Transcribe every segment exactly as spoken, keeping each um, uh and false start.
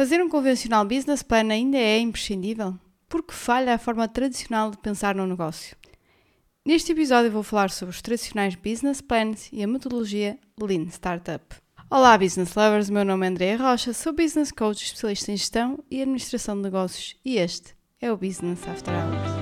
Fazer um convencional business plan ainda é imprescindível? Porque falha a forma tradicional de pensar no negócio? Neste episódio vou falar sobre os tradicionais business plans e a metodologia Lean Startup. Olá Business Lovers, meu nome é Andrea Rocha, sou Business Coach especialista em gestão e administração de negócios e este é o Business After Hours.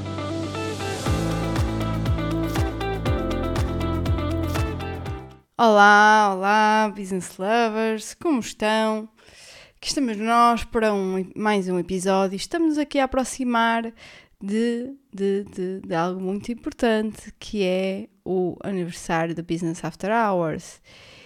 Olá, olá Business Lovers, como estão? Aqui estamos nós para um, mais um episódio. Estamos aqui a aproximar de, de, de, de algo muito importante, que é o aniversário do Business After Hours.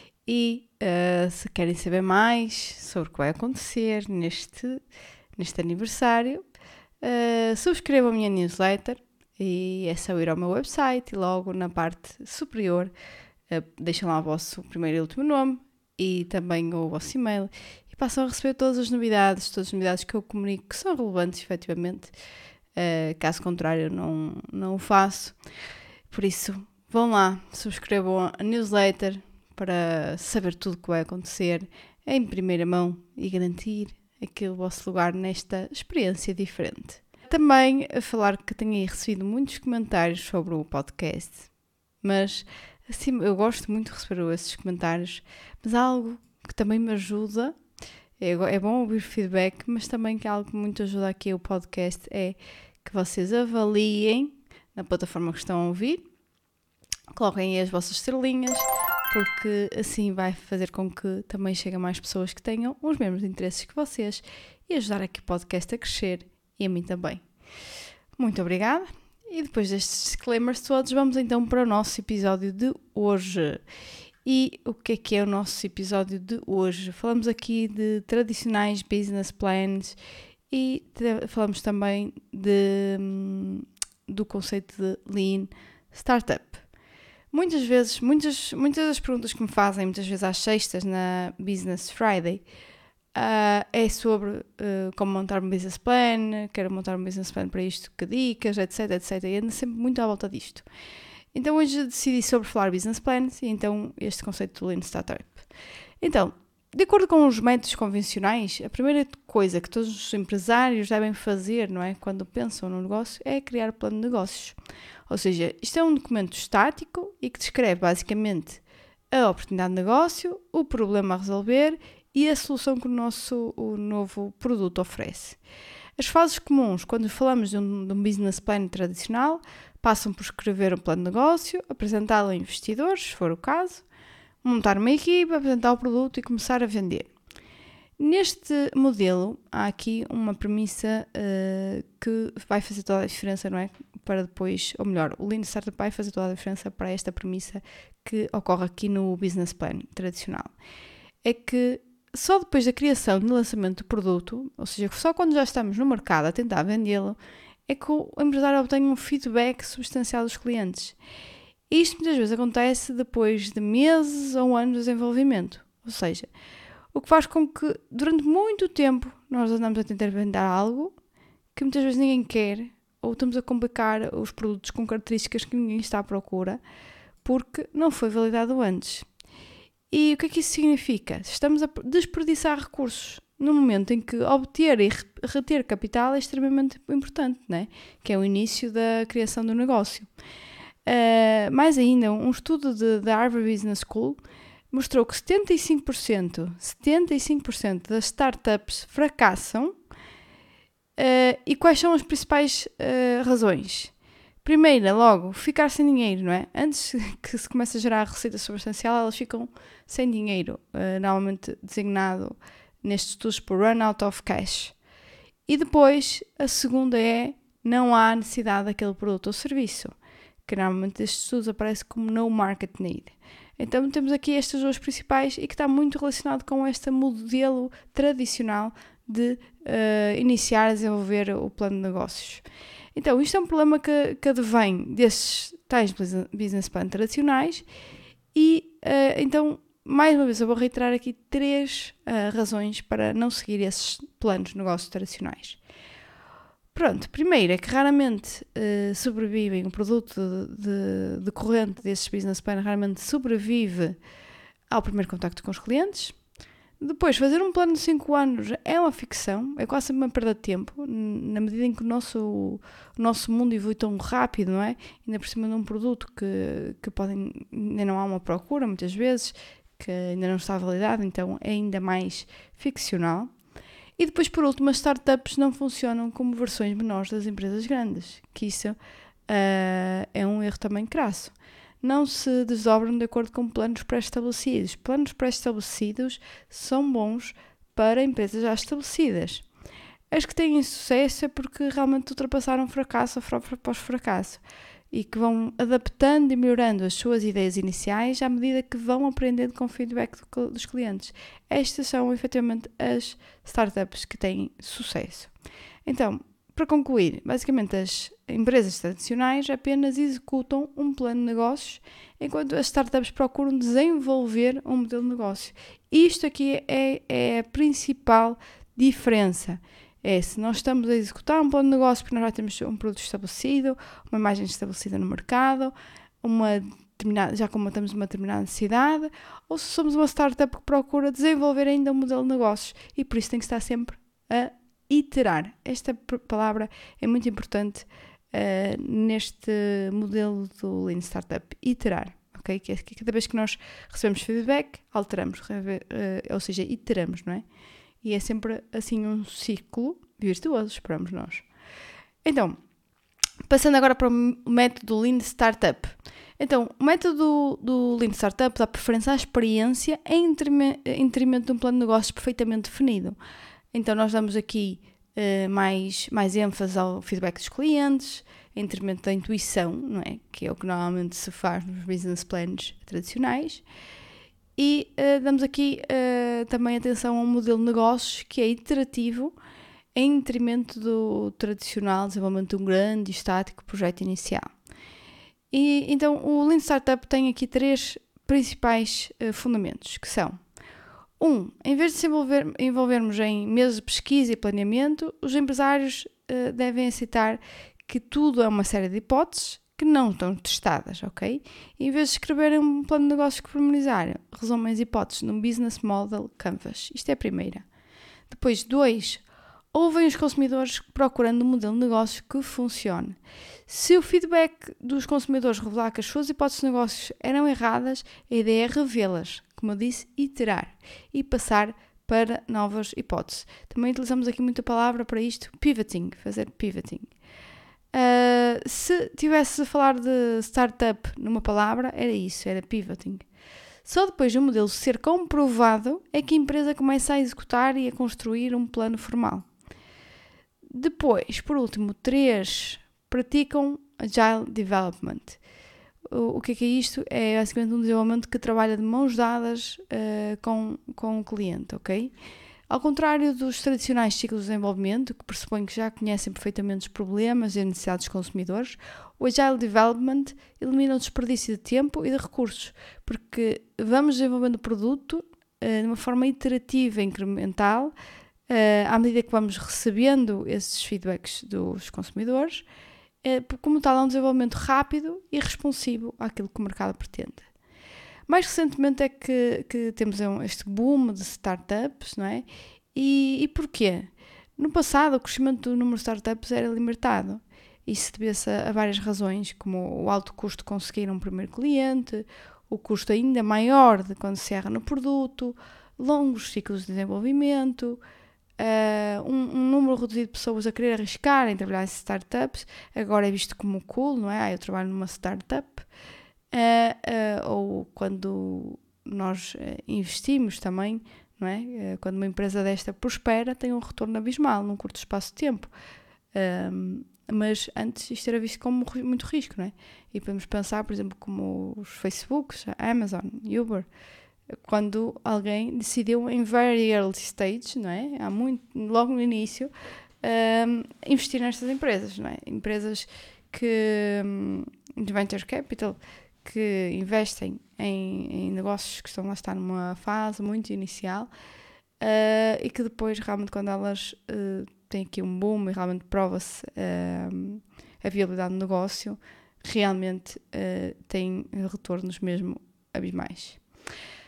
E uh, se querem saber mais sobre o que vai acontecer neste, neste aniversário, uh, subscrevam a minha newsletter e é só ir ao meu website e logo na parte superior uh, deixem lá o vosso primeiro e último nome e também o vosso e-mail. E passam a receber todas as novidades, todas as novidades que eu comunico que são relevantes, efetivamente. Uh, caso contrário, não, não o faço. Por isso, vão lá, subscrevam a newsletter para saber tudo o que vai acontecer em primeira mão e garantir aquele vosso lugar nesta experiência diferente. Também a falar que tenho aí recebido muitos comentários sobre o podcast, mas assim, eu gosto muito de receber esses comentários, mas há algo que também me ajuda. É bom ouvir feedback, mas também que algo que muito ajuda aqui o podcast é que vocês avaliem na plataforma que estão a ouvir, coloquem aí as vossas estrelinhas, porque assim vai fazer com que também cheguem mais pessoas que tenham os mesmos interesses que vocês e ajudar aqui o podcast a crescer e a mim também. Muito obrigada. E depois destes disclaimers todos, vamos então para o nosso episódio de hoje. E o que é que é o nosso episódio de hoje? Falamos aqui de tradicionais business plans e te, falamos também de, do conceito de Lean Startup. Muitas vezes, muitas, muitas das perguntas que me fazem, muitas vezes às sextas na Business Friday, uh, é sobre uh, como montar um business plan, quero montar um business plan para isto, que dicas, etc, etc. E ando sempre muito à volta disto. Então hoje decidi sobre falar business plans e então este conceito do Lean Startup. Então, de acordo com os métodos convencionais, a primeira coisa que todos os empresários devem fazer, não é, quando pensam no negócio, é criar o plano de negócios. Ou seja, isto é um documento estático e que descreve basicamente a oportunidade de negócio, o problema a resolver e a solução que o nosso o novo produto oferece. As fases comuns, quando falamos de um, de um business plan tradicional, passam por escrever um plano de negócio, apresentá-lo a investidores, se for o caso, montar uma equipa, apresentar o produto e começar a vender. Neste modelo, há aqui uma premissa uh, que vai fazer toda a diferença, não é? Para depois, ou melhor, o Lean Startup vai fazer toda a diferença para esta premissa que ocorre aqui no business plan tradicional. É que só depois da criação e do lançamento do produto, ou seja, só quando já estamos no mercado a tentar vendê-lo, é que o empresário obtém um feedback substancial dos clientes. E isto muitas vezes acontece depois de meses ou anos de desenvolvimento. Ou seja, o que faz com que durante muito tempo nós andamos a tentar vender algo que muitas vezes ninguém quer, ou estamos a complicar os produtos com características que ninguém está à procura, porque não foi validado antes. E o que é que isso significa? Estamos a desperdiçar recursos no momento em que obter e reter capital é extremamente importante, né? Que é o início da criação do negócio. Uh, mais ainda, um estudo da Harvard Business School mostrou que setenta e cinco por cento, setenta e cinco por cento das startups fracassam. Uh, e quais são as principais uh, razões? Primeira, logo, ficar sem dinheiro, não é? Antes que se comece a gerar receita substancial, elas ficam sem dinheiro, uh, normalmente designado nestes estudos por run out of cash. E depois, a segunda é, não há necessidade daquele produto ou serviço, que normalmente estes estudos aparecem como no market need. Então temos aqui estas duas principais e que está muito relacionado com este modelo tradicional de uh, iniciar a desenvolver o plano de negócios. Então isto é um problema que, que advém desses tais business plan tradicionais e uh, então mais uma vez eu vou reiterar aqui três uh, razões para não seguir esses planos de negócios tradicionais. Pronto, primeiro é que raramente uh, sobrevivem, um produto de, de, de corrente desses business plan raramente sobrevive ao primeiro contacto com os clientes. Depois, fazer um plano de cinco anos é uma ficção, é quase uma perda de tempo, na medida em que o nosso, o nosso mundo evolui tão rápido, não é? Ainda por cima de um produto que, que podem, ainda não há uma procura, muitas vezes, que ainda não está validado, então é ainda mais ficcional. E depois, por último, as startups não funcionam como versões menores das empresas grandes, que isso uh, é um erro também crasso. Não se desdobram de acordo com planos pré-estabelecidos. Planos pré-estabelecidos são bons para empresas já estabelecidas. As que têm sucesso é porque realmente ultrapassaram fracasso após fracasso e que vão adaptando e melhorando as suas ideias iniciais à medida que vão aprendendo com o feedback dos clientes. Estas são, efetivamente, as startups que têm sucesso. Então, para concluir, basicamente as empresas tradicionais apenas executam um plano de negócios, enquanto as startups procuram desenvolver um modelo de negócio. Isto aqui é, é a principal diferença. É, se nós estamos a executar um plano de negócio porque nós já temos um produto estabelecido, uma imagem estabelecida no mercado, uma determinada, já combatamos uma determinada necessidade, ou se somos uma startup que procura desenvolver ainda um modelo de negócios e por isso tem que estar sempre a iterar. Esta palavra é muito importante uh, neste modelo do Lean Startup. Iterar, ok? Que é que cada vez que nós recebemos feedback, alteramos, uh, ou seja, iteramos, não é? E é sempre assim um ciclo virtuoso, esperamos nós. Então, passando agora para o método Lean Startup. Então, o método do Lean Startup dá preferência à experiência em detrimento de um plano de negócios perfeitamente definido. Então, nós damos aqui uh, mais, mais ênfase ao feedback dos clientes, em detrimento da intuição, não é? Que é o que normalmente se faz nos business plans tradicionais. E uh, damos aqui uh, também atenção a um modelo de negócios que é iterativo, em detrimento do tradicional desenvolvimento de um grande e estático projeto inicial. E, então, o Lean Startup tem aqui três principais uh, fundamentos, que são: Um, em vez de se envolver, envolvermos em meses de pesquisa e planeamento, os empresários uh, devem aceitar que tudo é uma série de hipóteses que não estão testadas, ok? E em vez de escreverem um plano de negócios que pormenorizar, resumem as hipóteses num Business Model Canvas. Isto é a primeira. Depois, dois, ouvem os consumidores procurando um modelo de negócio que funcione. Se o feedback dos consumidores revelar que as suas hipóteses de negócios eram erradas, a ideia é revê-las, como eu disse, iterar e passar para novas hipóteses. Também utilizamos aqui muita palavra para isto, pivoting, fazer pivoting. Uh, se tivesse a falar de startup numa palavra, era isso, era pivoting. Só depois de um modelo ser comprovado é que a empresa começa a executar e a construir um plano formal. Depois, por último, três, praticam Agile Development. O, o que é que é isto? É basicamente um desenvolvimento que trabalha de mãos dadas uh, com, com o cliente, ok? Ao contrário dos tradicionais ciclos de desenvolvimento, que pressupõem que já conhecem perfeitamente os problemas e as necessidades dos consumidores, o Agile Development elimina o desperdício de tempo e de recursos, porque vamos desenvolvendo o produto uh, de uma forma iterativa e incremental, uh, à medida que vamos recebendo esses feedbacks dos consumidores, uh, como tal, é um desenvolvimento rápido e responsivo àquilo que o mercado pretende. Mais recentemente é que, que temos este boom de startups, não é? E, e porquê? No passado, o crescimento do número de startups era limitado. Isso devia-se a, a várias razões, como o alto custo de conseguir um primeiro cliente, o custo ainda maior de quando se erra no produto, longos ciclos de desenvolvimento, uh, um, um número reduzido de pessoas a querer arriscar em trabalhar em startups. Agora é visto como cool, não é? Ah, eu trabalho numa startup. Uh, uh, ou quando nós uh, investimos também, não é? Uh, quando uma empresa desta prospera, tem um retorno abismal num curto espaço de tempo. Uh, mas antes isto era visto como muito risco, não é? E podemos pensar, por exemplo, como os Facebooks, a Amazon, Uber, quando alguém decidiu em very early stage, não é? Há muito, logo no início, uh, investir nestas empresas, não é? Empresas que um, de venture capital, que investem em, em negócios que estão lá estar numa fase muito inicial uh, e que depois realmente quando elas uh, têm aqui um boom e realmente prova-se uh, a viabilidade do negócio, realmente uh, têm retornos mesmo abismais.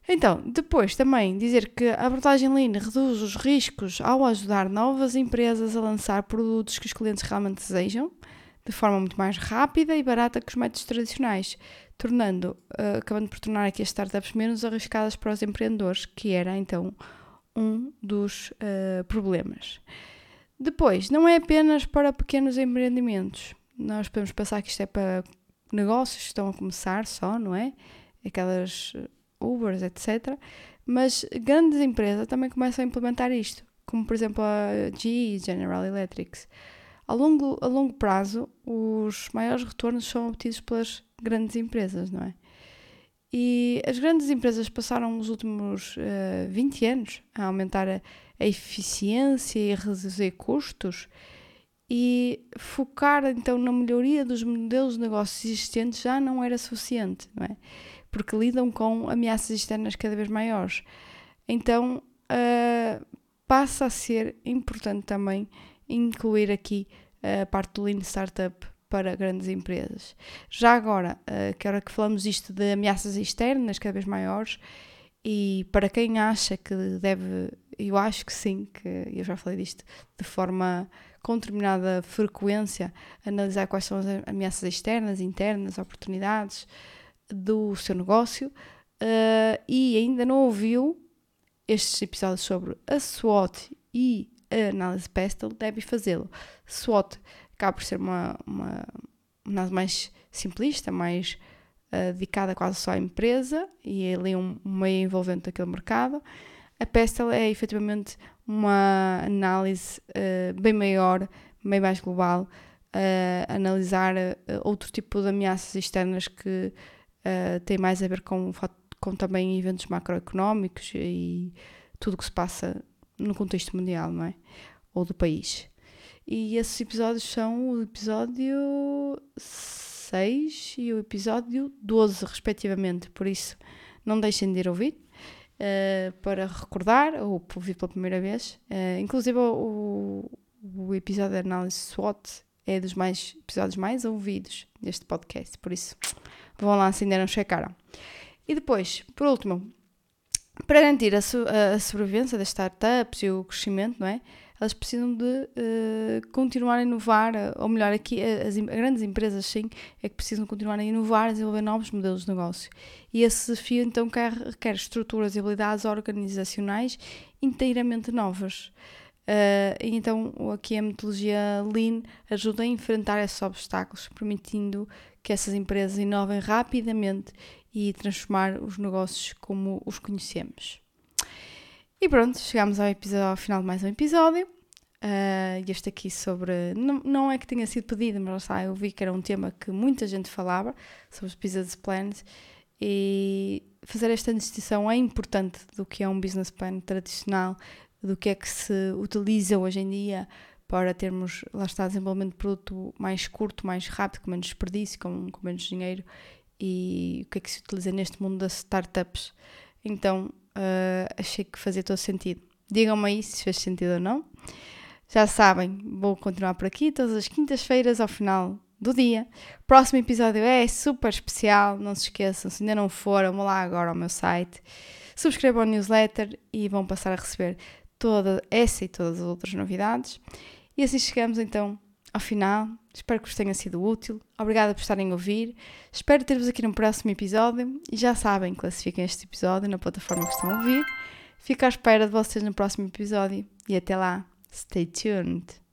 Então, depois também dizer que a abordagem Lean reduz os riscos ao ajudar novas empresas a lançar produtos que os clientes realmente desejam, de forma muito mais rápida e barata que os métodos tradicionais, tornando, uh, acabando por tornar aqui as startups menos arriscadas para os empreendedores, que era então um dos uh, problemas. Depois, não é apenas para pequenos empreendimentos. Nós podemos pensar que isto é para negócios que estão a começar só, não é? Aquelas Ubers, etcétera. Mas grandes empresas também começam a implementar isto, como por exemplo a G E e General Electric. A longo, a longo prazo, os maiores retornos são obtidos pelas grandes empresas, não é? E as grandes empresas passaram os últimos uh, vinte anos a aumentar a, a eficiência e a reduzir custos, e focar então na melhoria dos modelos de negócios existentes já não era suficiente, não é? Porque lidam com ameaças externas cada vez maiores. Então uh, passa a ser importante também incluir aqui a parte do Lean Startup para grandes empresas. Já agora, uh, que hora que falamos isto de ameaças externas cada vez maiores, e para quem acha que deve, eu acho que sim, que eu já falei disto, de forma com determinada frequência, analisar quais são as ameaças externas, internas, oportunidades do seu negócio, uh, e ainda não ouviu estes episódios sobre a SWOT e a análise PESTEL, deve fazê-lo. SWOT acaba por ser uma, uma análise mais simplista, mais uh, dedicada quase só à empresa, e ali um, um meio envolvente daquele mercado. A PESTEL é efetivamente uma análise uh, bem maior, bem mais global, uh, analisar uh, outro tipo de ameaças externas que uh, têm mais a ver com, com também eventos macroeconómicos e tudo o que se passa no contexto mundial, não é? Ou do país. E esses episódios são o episódio seis e o episódio doze, respectivamente. Por isso, não deixem de ir ouvir uh, para recordar ou ouvir pela primeira vez. Uh, inclusive, o, o episódio de análise SWOT é dos mais, episódios mais ouvidos deste podcast. Por isso, vão lá se ainda não checaram. E depois, por último, para garantir a, su- a sobrevivência das startups e o crescimento, não é? Elas precisam de uh, continuar a inovar, ou melhor, aqui as, as grandes empresas sim, é que precisam continuar a inovar, a desenvolver novos modelos de negócio. E esse desafio então requer, requer estruturas e habilidades organizacionais inteiramente novas. Uh, e então aqui a metodologia Lean ajuda a enfrentar esses obstáculos, permitindo que essas empresas inovem rapidamente e transformar os negócios como os conhecemos. E pronto, chegamos ao, episódio, ao final de mais um episódio. Uh, este aqui sobre... Não, não é que tenha sido pedido, mas lá está, eu vi que era um tema que muita gente falava, sobre os business plans, e fazer esta distinção é importante do que é um business plan tradicional, do que é que se utiliza hoje em dia para termos, lá está, desenvolvimento de produto mais curto, mais rápido, com menos desperdício, com, com menos dinheiro, e o que é que se utiliza neste mundo das startups. Então, uh, achei que fazia todo sentido. Digam-me aí se fez sentido ou não. Já sabem, vou continuar por aqui todas as quintas-feiras ao final do dia. O próximo episódio é super especial, não se esqueçam, se ainda não foram, vão lá agora ao meu site, subscrevam a newsletter e vão passar a receber toda essa e todas as outras novidades. E assim chegamos então ao final. Espero que vos tenha sido útil. Obrigada por estarem a ouvir. Espero ter-vos aqui no próximo episódio. E já sabem, classifiquem este episódio na plataforma que estão a ouvir. Fico à espera de vocês no próximo episódio. E até lá, stay tuned!